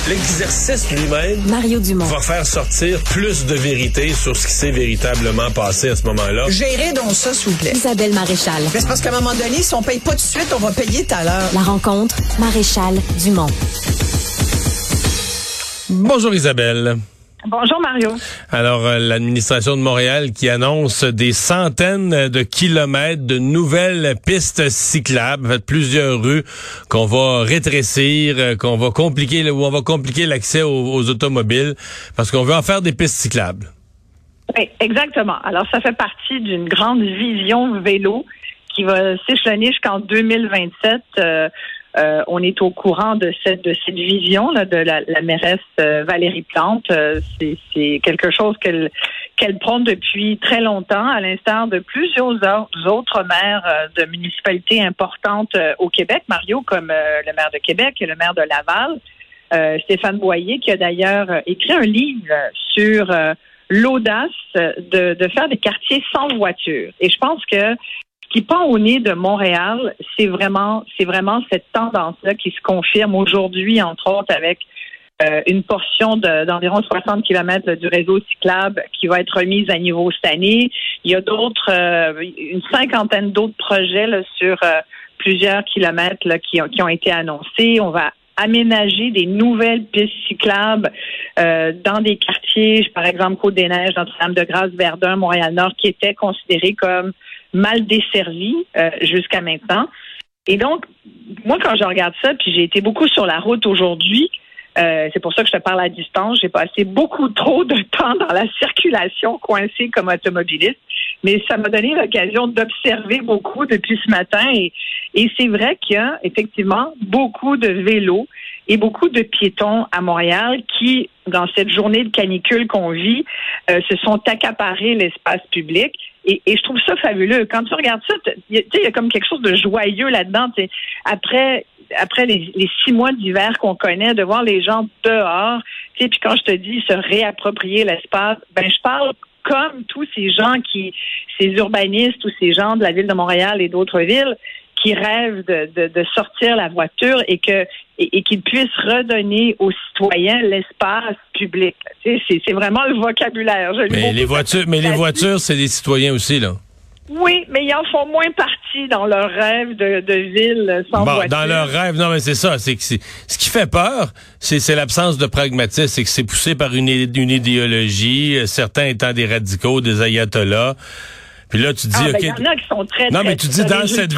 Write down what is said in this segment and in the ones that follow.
L'exercice lui-même Mario Dumont va faire sortir plus de vérité sur ce qui s'est véritablement passé à ce moment-là. Gérez donc ça, s'il vous plaît. Isabelle Maréchal. Mais c'est parce qu'à un moment donné, si on paye pas tout de suite, on va payer tout à l'heure. La rencontre Maréchal Dumont. Bonjour Isabelle. Bonjour Mario. Alors, l'administration de Montréal qui annonce des centaines de kilomètres de nouvelles pistes cyclables, plusieurs rues qu'on va rétrécir, qu'on va compliquer, où on va compliquer l'accès aux automobiles parce qu'on veut en faire des pistes cyclables. Oui, exactement. Alors, ça fait partie d'une grande vision vélo qui va s'échelonner jusqu'en 2027. On est au courant de cette vision là, de la mairesse Valérie Plante. C'est quelque chose qu'elle prône depuis très longtemps, à l'instar de plusieurs autres maires de municipalités importantes au Québec, Mario, comme le maire de Québec et le maire de Laval, Stéphane Boyer, qui a d'ailleurs écrit un livre sur l'audace de faire des quartiers sans voiture. Et je pense que ce qui pend au nez de Montréal, c'est vraiment cette tendance-là qui se confirme aujourd'hui, entre autres, avec une portion d'environ 60 km du réseau cyclable qui va être remise à niveau cette année. Il y a une cinquantaine d'autres projets là, sur plusieurs kilomètres là, qui ont été annoncés. On va aménager des nouvelles pistes cyclables dans des quartiers, par exemple Côte-des-Neiges, Notre-Dame-de-Grâce, Verdun, Montréal-Nord, qui étaient considérés comme mal desservis jusqu'à maintenant. Et donc, moi, quand je regarde ça, puis j'ai été beaucoup sur la route aujourd'hui, c'est pour ça que je te parle à distance, j'ai passé beaucoup trop de temps dans la circulation coincée comme automobiliste, mais ça m'a donné l'occasion d'observer beaucoup depuis ce matin et c'est vrai qu'il y a effectivement beaucoup de vélos et beaucoup de piétons à Montréal qui, dans cette journée de canicule qu'on vit, se sont accaparés l'espace public. Et je trouve ça fabuleux. Quand tu regardes ça, il y a comme quelque chose de joyeux là-dedans. Après les 6 mois d'hiver qu'on connaît, de voir les gens dehors, puis quand je te dis se réapproprier l'espace, ben je parle comme tous ces gens ces urbanistes ou ces gens de la ville de Montréal et d'autres villes qui rêvent de sortir la voiture et qu'ils puissent redonner aux citoyens l'espace public. C'est vraiment le vocabulaire. Mais les voitures, c'est des citoyens aussi, là. Oui, mais ils en font moins partie dans leur rêve de ville sans voiture. Dans leur rêve, non, mais c'est ça. Ce qui fait peur, c'est l'absence de pragmatisme. C'est que c'est poussé par une idéologie, certains étant des radicaux, des ayatollahs. Puis là, tu dis, OK. Il y en a qui sont très, non, mais tu dis, dans cette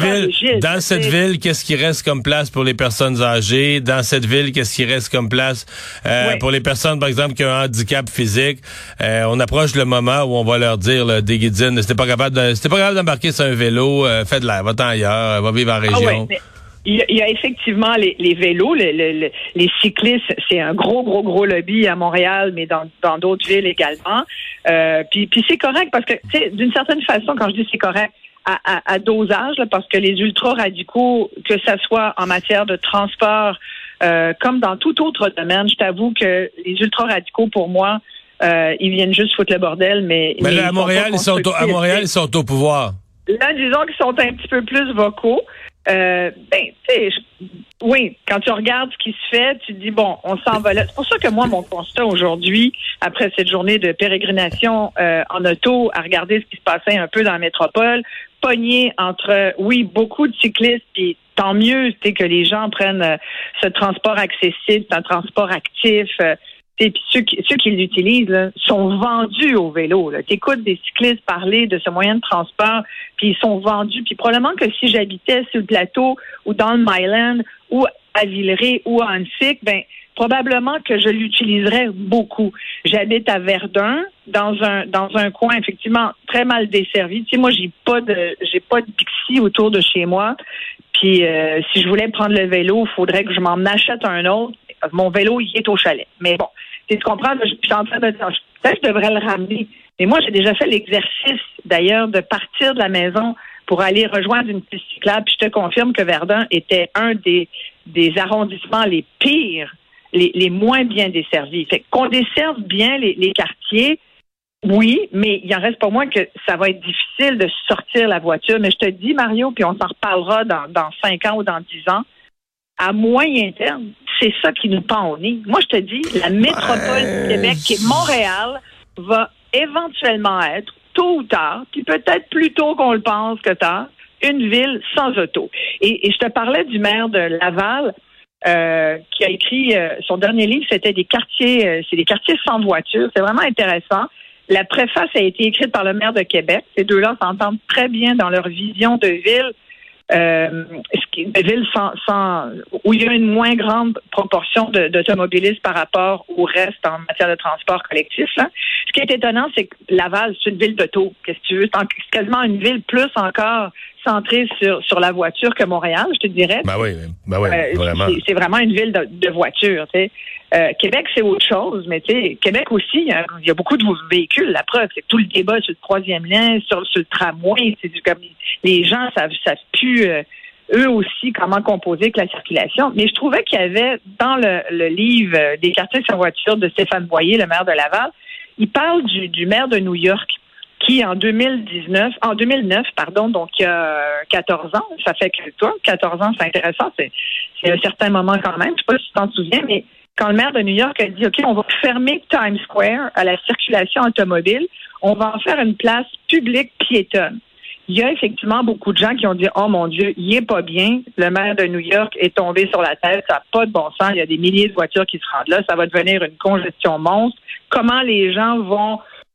ville, qu'est-ce qui reste comme place pour les personnes âgées? Dans cette ville, qu'est-ce qui reste comme place, pour les personnes, par exemple, qui ont un handicap physique? On approche le moment où on va leur dire, là, des guidines, c'était pas capable d'embarquer sur un vélo, fais de l'air, va-t'en ailleurs, va vivre en région. Il y a effectivement les vélos, les cyclistes, c'est un gros lobby à Montréal, mais dans d'autres villes également. Puis c'est correct parce que, tu sais, d'une certaine façon, quand je dis c'est correct, à dosage, là, parce que les ultra-radicaux, que ça soit en matière de transport, comme dans tout autre domaine, je t'avoue que les ultra-radicaux, pour moi, ils viennent juste foutre le bordel, mais là, à Montréal, ils sont au pouvoir. Là, disons qu'ils sont un petit peu plus vocaux. Oui, quand tu regardes ce qui se fait, tu te dis, bon, on s'en va là. C'est pour ça que moi, mon constat aujourd'hui, après cette journée de pérégrination en auto, à regarder ce qui se passait un peu dans la métropole, pogné entre, oui, beaucoup de cyclistes, puis tant mieux, que les gens prennent ce transport accessible, un transport actif. Et puis ceux qui l'utilisent là, sont vendus au vélo. Tu écoutes des cyclistes parler de ce moyen de transport, puis ils sont vendus. Puis probablement que si j'habitais sur le plateau ou dans le Myland ou à Villeray ou à Annecy, ben probablement que je l'utiliserais beaucoup. J'habite à Verdun, dans un coin effectivement très mal desservi. Tu sais, moi j'ai pas de Bixi autour de chez moi. Puis si je voulais prendre le vélo, il faudrait que je m'en achète un autre. Mon vélo, il est au chalet. Mais bon, tu comprends, je suis en train de dire, peut-être que je devrais le ramener. Mais moi, j'ai déjà fait l'exercice, d'ailleurs, de partir de la maison pour aller rejoindre une piste cyclable. Puis je te confirme que Verdun était un des arrondissements les pires, les moins bien desservis. Fait qu'on desserve bien les quartiers, oui, mais il en reste pas moins que ça va être difficile de sortir la voiture. Mais je te dis, Mario, puis on s'en reparlera dans 5 ans ou dans 10 ans, à moyen terme, c'est ça qui nous pend au nez. Moi, je te dis, la métropole du Québec, qui est Montréal, va éventuellement être, tôt ou tard, puis peut-être plus tôt qu'on le pense que tard, une ville sans auto. Et je te parlais du maire de Laval, qui a écrit son dernier livre, c'était des quartiers sans voiture. C'est vraiment intéressant. La préface a été écrite par le maire de Québec. Ces deux-là s'entendent très bien dans leur vision de ville. Des villes où il y a une moins grande proportion d'automobilistes par rapport au reste en matière de transport collectif. Là. Ce qui est étonnant, c'est que Laval, c'est une ville d'auto. Qu'est-ce que tu veux? C'est quasiment une ville plus encore centrée sur la voiture que Montréal, je te dirais. Ben oui, vraiment. C'est vraiment une ville de voitures. Tu sais. Québec, c'est autre chose, mais tu sais, Québec aussi, il y a beaucoup de véhicules. La preuve, c'est que tout le débat sur le troisième lien, sur le tramway, c'est comme les gens savent plus eux aussi comment composer avec la circulation. Mais je trouvais qu'il y avait dans le livre des quartiers sans voiture de Stéphane Boyer, le maire de Laval, il parle du maire de New York qui en 2009, donc il y a 14 ans, ça fait que toi, 14 ans, c'est intéressant, c'est un certain moment quand même, je sais pas si tu t'en souviens, mais quand le maire de New York a dit, OK, on va fermer Times Square à la circulation automobile, on va en faire une place publique piétonne. Il y a effectivement beaucoup de gens qui ont dit, oh mon Dieu, il est pas bien, le maire de New York est tombé sur la tête, ça n'a pas de bon sens, il y a des milliers de voitures qui se rendent là, ça va devenir une congestion monstre. Comment les gens vont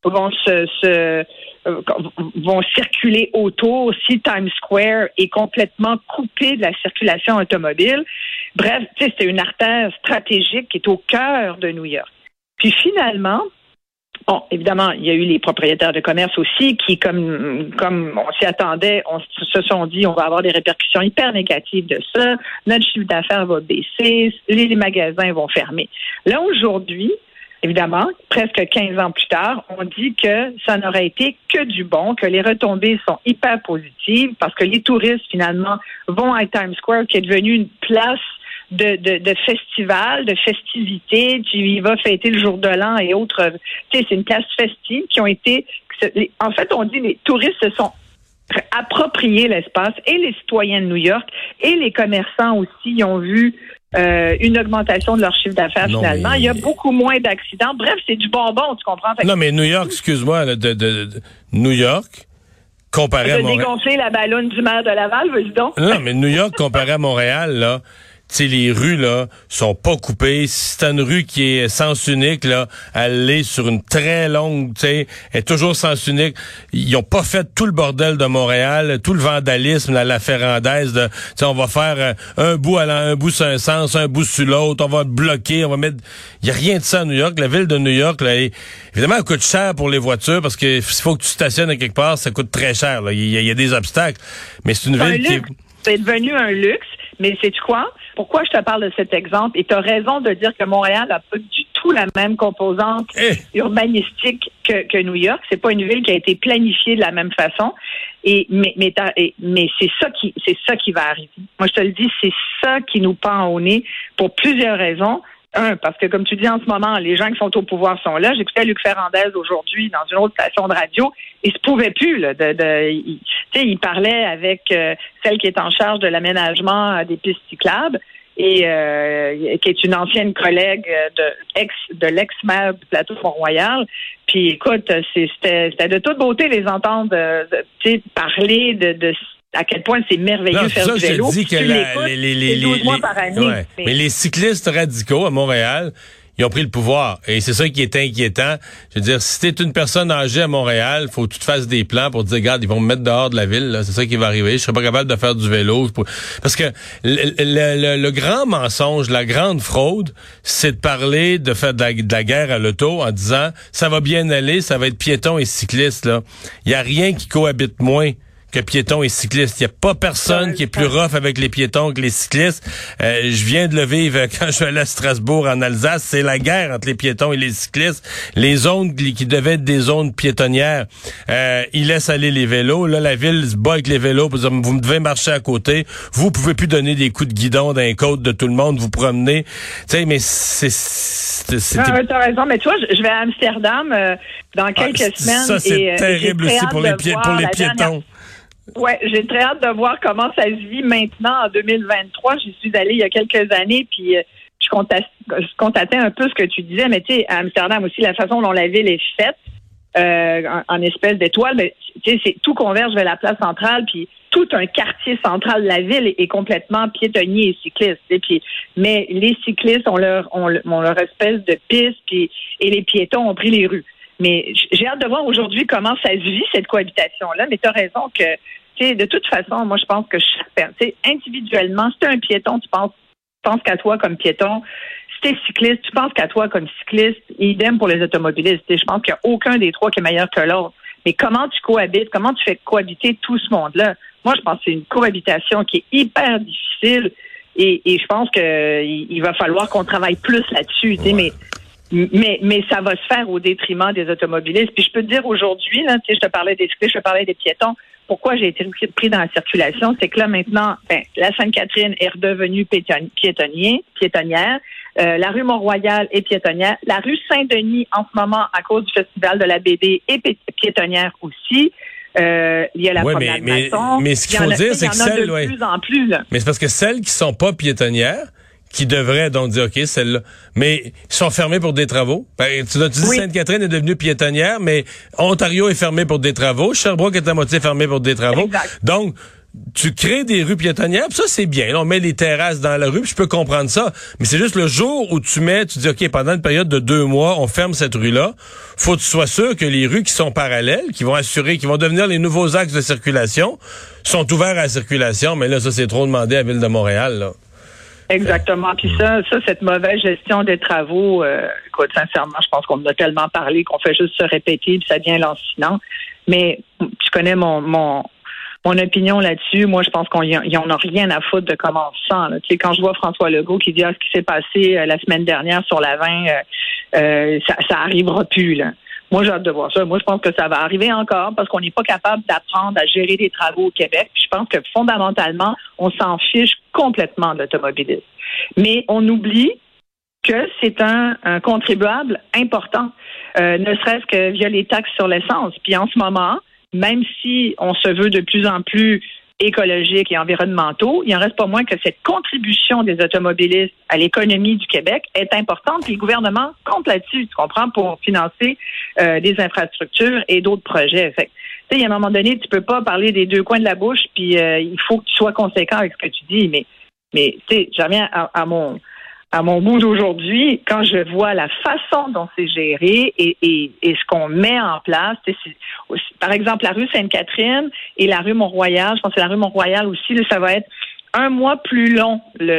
circuler autour si Times Square est complètement coupé de la circulation automobile. Bref, c'était une artère stratégique qui est au cœur de New York. Puis finalement, bon, évidemment, il y a eu les propriétaires de commerce aussi qui, comme on s'y attendait, se sont dit on va avoir des répercussions hyper négatives de ça, notre chiffre d'affaires va baisser, les magasins vont fermer. Là, aujourd'hui, évidemment, presque 15 ans plus tard, on dit que ça n'aurait été que du bon, que les retombées sont hyper positives parce que les touristes, finalement, vont à Times Square, qui est devenu une place de festival, de festivités. Tu y vas fêter le jour de l'an et autres. Tu sais, c'est une place festive qui ont été... En fait, on dit les touristes se sont appropriés l'espace et les citoyens de New York et les commerçants aussi ont vu une augmentation de leur chiffre d'affaires finalement. Il y a beaucoup moins d'accidents. Bref, c'est du bonbon, tu comprends? Non, mais New York, excuse-moi, de New York, comparé à Montréal... dégonfler la ballonne du maire de Laval, veux-tu donc? Non, mais New York, comparé à Montréal, là... Tu sais, les rues, là, sont pas coupées. Si c'est une rue qui est sens unique, là, elle est sur une très longue, tu sais, elle est toujours sens unique. Ils ont pas fait tout le bordel de Montréal, tout le vandalisme, la Ferrandaise de, tu sais, on va faire un bout sur un sens, un bout sur l'autre, on va bloquer, on va mettre... Il y a rien de ça à New York. La ville de New York, là, évidemment, elle coûte cher pour les voitures parce que s'il faut que tu stationnes à quelque part, ça coûte très cher, là. Il y a des obstacles. Mais c'est une ville qui... C'est devenu un luxe, mais sais-tu quoi? Pourquoi je te parle de cet exemple? Et tu as raison de dire que Montréal n'a pas du tout la même composante urbanistique que New York. C'est pas une ville qui a été planifiée de la même façon. Mais c'est ça qui va arriver. Moi, je te le dis, c'est ça qui nous pend au nez pour plusieurs raisons. Un, parce que comme tu dis en ce moment, les gens qui sont au pouvoir sont là. J'écoutais Luc Ferrandez aujourd'hui dans une autre station de radio. Il se pouvait plus là. Il parlait avec celle qui est en charge de l'aménagement des pistes cyclables et qui est une ancienne collègue de l'ex-maire du plateau de Mont-Royal. Puis écoute, c'était de toute beauté les entendre parler de à quel point c'est merveilleux faire du vélo. Je te dis que 12 mois par année. Ouais. Mais les cyclistes radicaux à Montréal, ils ont pris le pouvoir. Et c'est ça qui est inquiétant. Je veux dire, si t'es une personne âgée à Montréal, faut que tu te fasses des plans pour te dire, regarde, ils vont me mettre dehors de la ville, là. C'est ça qui va arriver. Je serai pas capable de faire du vélo. Parce que le grand mensonge, la grande fraude, c'est de parler de faire de la guerre à l'auto en disant, ça va bien aller, ça va être piétons et cyclistes, là. Il y a rien qui cohabite moins que piétons et cyclistes. Il n'y a pas personne qui est plus rough avec les piétons que les cyclistes. Je viens de le vivre quand je suis allé à Strasbourg, en Alsace. C'est la guerre entre les piétons et les cyclistes. Les zones qui devaient être des zones piétonnières, ils laissent aller les vélos. Là, la ville se bat avec les vélos pour dire, vous devez marcher à côté. Vous pouvez plus donner des coups de guidon dans les côtes de tout le monde, vous promenez. Tu sais, mais t'as raison, mais tu vois, je vais à Amsterdam dans quelques semaines. Ça, c'est terrible aussi pour les piétons. Ouais, j'ai très hâte de voir comment ça se vit maintenant en 2023. J'y suis allée il y a quelques années, puis je constatais un peu ce que tu disais, mais tu sais, à Amsterdam aussi, la façon dont la ville est faite, en espèce d'étoile, ben, tu sais, c'est tout converge vers la place centrale, puis tout un quartier central de la ville est complètement piétonnier et cycliste. Puis, mais les cyclistes ont leur espèce de piste, puis et les piétons ont pris les rues. Mais j'ai hâte de voir aujourd'hui comment ça se vit, cette cohabitation-là. Mais tu as raison que, tu sais, de toute façon, moi, je pense que individuellement, si tu es un piéton, tu penses qu'à toi comme piéton. Si tu es cycliste, tu penses qu'à toi comme cycliste. Idem pour les automobilistes. Je pense qu'il n'y a aucun des trois qui est meilleur que l'autre. Mais comment tu cohabites, comment tu fais cohabiter tout ce monde-là? Moi, je pense que c'est une cohabitation qui est hyper difficile et je pense qu'il va falloir qu'on travaille plus là-dessus. Ouais. Mais ça va se faire au détriment des automobilistes. Puis je peux te dire aujourd'hui, là, je te parlais des cyclistes, je te parlais des piétons. Pourquoi j'ai été pris dans la circulation? C'est que là, maintenant, la Sainte-Catherine est redevenue piétonnière. La rue Mont-Royal est piétonnière. La rue Saint-Denis, en ce moment, à cause du Festival de la BD, est piétonnière aussi. Il y a la promenade Masson. Mais ce qu'il faut dire, c'est que celles, de plus en plus, là. Mais c'est parce que celles qui sont pas piétonnières, qui devraient donc dire, OK, celles-là, mais sont fermées pour des travaux. Tu dis Sainte-Catherine est devenue piétonnière, mais Ontario est fermé pour des travaux. Sherbrooke est à moitié fermé pour des travaux. Exact. Donc, tu crées des rues piétonnières, pis ça, c'est bien. Là, on met les terrasses dans la rue, puis je peux comprendre ça. Mais c'est juste le jour où tu dis, OK, pendant une période de 2 mois, on ferme cette rue-là. Faut que tu sois sûr que les rues qui sont parallèles, qui vont devenir les nouveaux axes de circulation, sont ouverts à la circulation. Mais là, ça, c'est trop demandé à la Ville de Montréal, là. Exactement. Puis ça, cette mauvaise gestion des travaux, écoute, sincèrement, je pense qu'on en a tellement parlé qu'on fait juste se répéter, puis ça devient lancinant. Mais tu connais mon opinion là-dessus. Moi, je pense qu'on y en a rien à foutre de comment on se sent. Là. Tu sais, quand je vois François Legault qui dit ce qui s'est passé la semaine dernière sur la 20, ça arrivera plus, là. Moi, j'ai hâte de voir ça. Moi, je pense que ça va arriver encore parce qu'on n'est pas capable d'apprendre à gérer des travaux au Québec. Puis je pense que fondamentalement, on s'en fiche complètement de l'automobilisme. Mais on oublie que c'est un contribuable important, ne serait-ce que via les taxes sur l'essence. Puis en ce moment, même si on se veut de plus en plus écologiques et environnementaux, il n'en reste pas moins que cette contribution des automobilistes à l'économie du Québec est importante, puis le gouvernement compte là-dessus, tu comprends, pour financer des infrastructures et d'autres projets. Fait tu sais, à un moment donné, tu peux pas parler des deux coins de la bouche, puis il faut que tu sois conséquent avec ce que tu dis, mais tu sais, je reviens à mon bout d'aujourd'hui, quand je vois la façon dont c'est géré et ce qu'on met en place, par exemple, la rue Sainte-Catherine et la rue Mont-Royal, je pense que la rue Mont-Royal aussi, là, ça va être 1 mois plus long,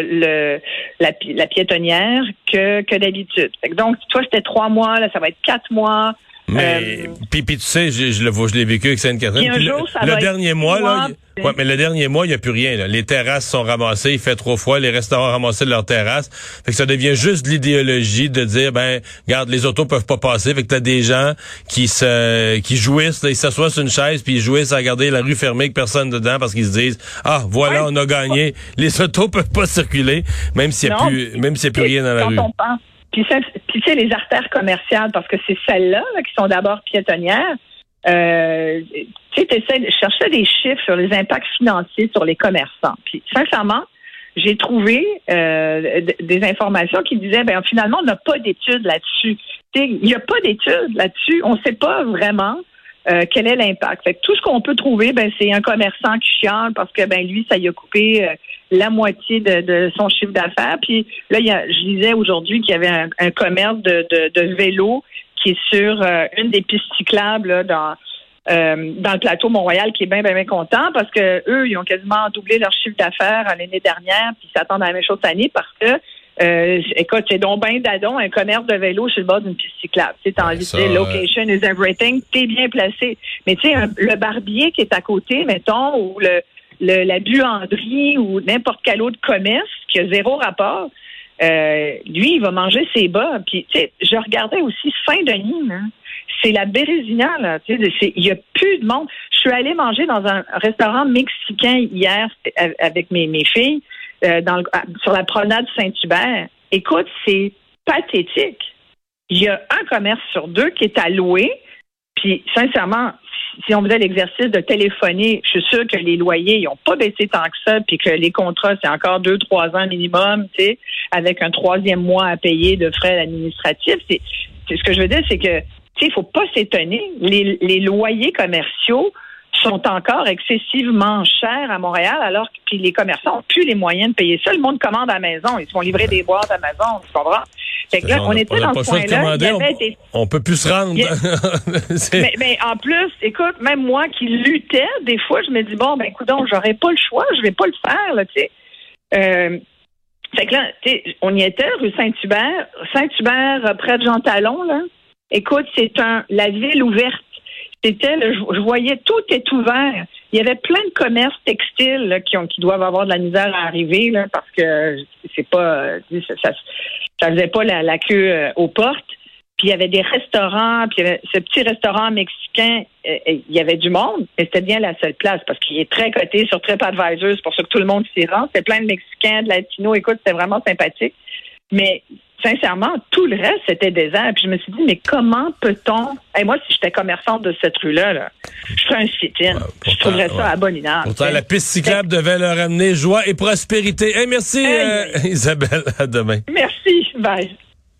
la piétonnière que d'habitude. Donc, toi, c'était 3 mois, là, ça va être 4 mois. Mais puis tu sais, je l'ai vécu avec Sainte-Catherine. Le dernier mois, là, mais le dernier mois, il n'y a plus rien. Là. Les terrasses sont ramassées, il fait trop froid, les restaurants ramassés de leurs terrasses. Fait que ça devient juste de l'idéologie de dire, regarde, les autos peuvent pas passer. Fait que t'as des gens qui jouissent, là, ils s'assoient sur une chaise puis ils jouissent à regarder la rue fermée avec personne dedans parce qu'ils se disent, voilà, on a gagné. Les autos peuvent pas circuler, même s'il y a plus rien dans la rue. Puis tu sais, les artères commerciales, parce que c'est celles-là là, qui sont d'abord piétonnières, tu sais, je cherchais des chiffres sur les impacts financiers sur les commerçants. Puis sincèrement, j'ai trouvé des informations qui disaient, finalement, on n'a pas d'études là-dessus. Il n'y a pas d'études là-dessus. On ne sait pas vraiment quel est l'impact. Fait que tout ce qu'on peut trouver, c'est un commerçant qui chiale parce que lui, ça y a coupé la moitié de son chiffre d'affaires. Puis là, je lisais aujourd'hui qu'il y avait un commerce de vélo qui est sur une des pistes cyclables là, dans le plateau Mont-Royal qui est bien content parce que eux, ils ont quasiment doublé leur chiffre d'affaires l'année dernière puis ils s'attendent à la même chose cette année parce que écoute, c'est donc ben dadon, un commerce de vélo sur le bord d'une piste cyclable. Tu sais, t'as envie de dire location is everything, t'es bien placé. Mais tu sais, le barbier qui est à côté, mettons, ou la buanderie ou n'importe quel autre commerce qui a 0 rapport, lui, il va manger ses bas. Puis, tu sais, je regardais aussi Saint-Denis, là. C'est la Bérésina, là. Tu sais, il y a plus de monde. Je suis allée manger dans un restaurant mexicain hier avec mes filles. Sur la promenade Saint-Hubert. Écoute, c'est pathétique. Il y a un commerce sur 2 qui est à louer. Puis, sincèrement, si on faisait l'exercice de téléphoner, je suis sûre que les loyers, ils n'ont pas baissé tant que ça, puis que les contrats, c'est encore 2-3 ans minimum, tu sais, avec un 3e mois à payer de frais administratifs. C'est ce que je veux dire, c'est que, tu sais, il faut pas s'étonner. Les loyers commerciaux sont encore excessivement chers à Montréal, alors que puis les commerçants n'ont plus les moyens de payer ça. Le monde commande à la maison. Ils se font livrer des boîtes à Amazon, tu comprends? Fait que là, on était dans ce point-là. On peut plus se rendre. Mais en plus, écoute, même moi qui luttais, des fois, je me dis, bon, ben, écoute, j'aurais pas le choix, je vais pas le faire, là, tu sais. Fait que là, tu sais, on y était, rue Saint-Hubert, près de Jean Talon, là. Écoute, la ville ouverte. Je voyais tout est ouvert. Il y avait plein de commerces textiles là, qui doivent avoir de la misère à arriver là, parce que c'est pas ça faisait pas la queue aux portes. Puis il y avait des restaurants, puis il y avait ce petit restaurant mexicain, il y avait du monde, mais c'était bien la seule place parce qu'il est très coté sur TripAdvisor, c'est pour ça que tout le monde s'y rend. C'était plein de Mexicains, de Latinos. Écoute, c'était vraiment sympathique. Mais sincèrement, tout le reste, c'était désert. Puis je me suis dit, mais comment peut-on... moi, si j'étais commerçante de cette rue-là, là, je ferais un sit-in. Je trouverais ça abominable. Pourtant, la piste cyclable devait leur amener joie et prospérité. Merci, Isabelle. À demain. Merci. Bye.